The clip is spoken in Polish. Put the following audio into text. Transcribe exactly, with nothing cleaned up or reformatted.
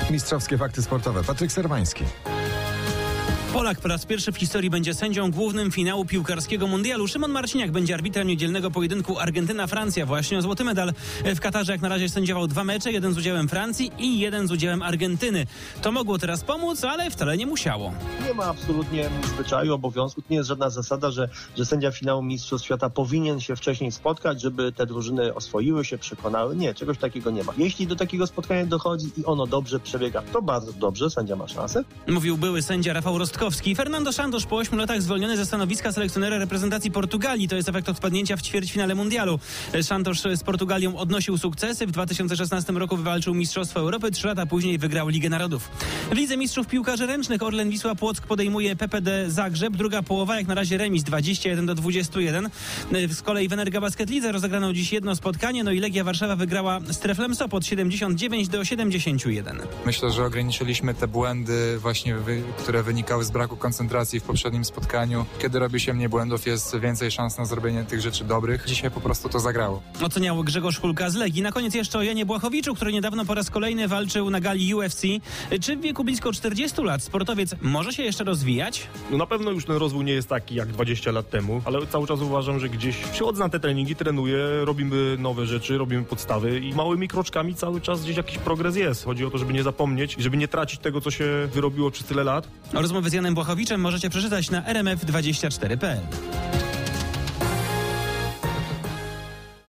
Mistrzowskie fakty sportowe. Patryk Serwański. Polak po raz pierwszy w historii będzie sędzią głównym finału piłkarskiego mundialu. Szymon Marciniak będzie arbitrem niedzielnego pojedynku Argentyna-Francja. Właśnie o złoty medal w Katarze jak na razie sędziował dwa mecze, jeden z udziałem Francji i jeden z udziałem Argentyny. To mogło teraz pomóc, ale wcale nie musiało. Nie ma absolutnie zwyczaju, obowiązku. Nie jest żadna zasada, że, że sędzia finału Mistrzostw Świata powinien się wcześniej spotkać, żeby te drużyny oswoiły się, przekonały. Nie, czegoś takiego nie ma. Jeśli do takiego spotkania dochodzi i ono dobrze przebiega, to bardzo dobrze, sędzia ma szansę. Mówił były sędzia Rafał Rostkowski. Fernando Santos po ośmiu latach zwolniony ze stanowiska selekcjonera reprezentacji Portugalii. To jest efekt odpadnięcia w ćwierćfinale mundialu. Santos z Portugalią odnosił sukcesy. W dwa tysiące szesnastym roku wywalczył Mistrzostwo Europy. Trzy lata później wygrał Ligę Narodów. W Lidze Mistrzów Piłkarzy Ręcznych Orlen Wisła Płock podejmuje P P D Zagrzeb. Druga połowa jak na razie remis dwadzieścia jeden do dwudziestu jeden. Z kolei w Energa Basket Lidze rozegrano dziś jedno spotkanie. No i Legia Warszawa wygrała z Treflem Sopot siedemdziesiąt dziewięć do siedemdziesięciu jeden. Myślę, że ograniczyliśmy te błędy właśnie, wy, które wynikały z braku koncentracji w poprzednim spotkaniu. Kiedy robi się mniej błędów, jest więcej szans na zrobienie tych rzeczy dobrych. Dzisiaj po prostu to zagrało. Oceniał Grzegorz Hulka z Legii. Na koniec jeszcze o Janie Błachowiczu, który niedawno po raz kolejny walczył na gali U F C. Czy w wieku blisko czterdziestu lat sportowiec może się jeszcze rozwijać? No na pewno już ten rozwój nie jest taki jak dwadzieścia lat temu, ale cały czas uważam, że gdzieś przychodzę te treningi, trenuję, robimy nowe rzeczy, robimy podstawy i małymi kroczkami cały czas gdzieś jakiś progres jest. Chodzi o to, żeby nie zapomnieć, żeby nie tracić tego, co się wyrobiło przez tyle lat. Rozmowy z Janem Błachowiczem możecie przeczytać na r m f dwadzieścia cztery kropka p l.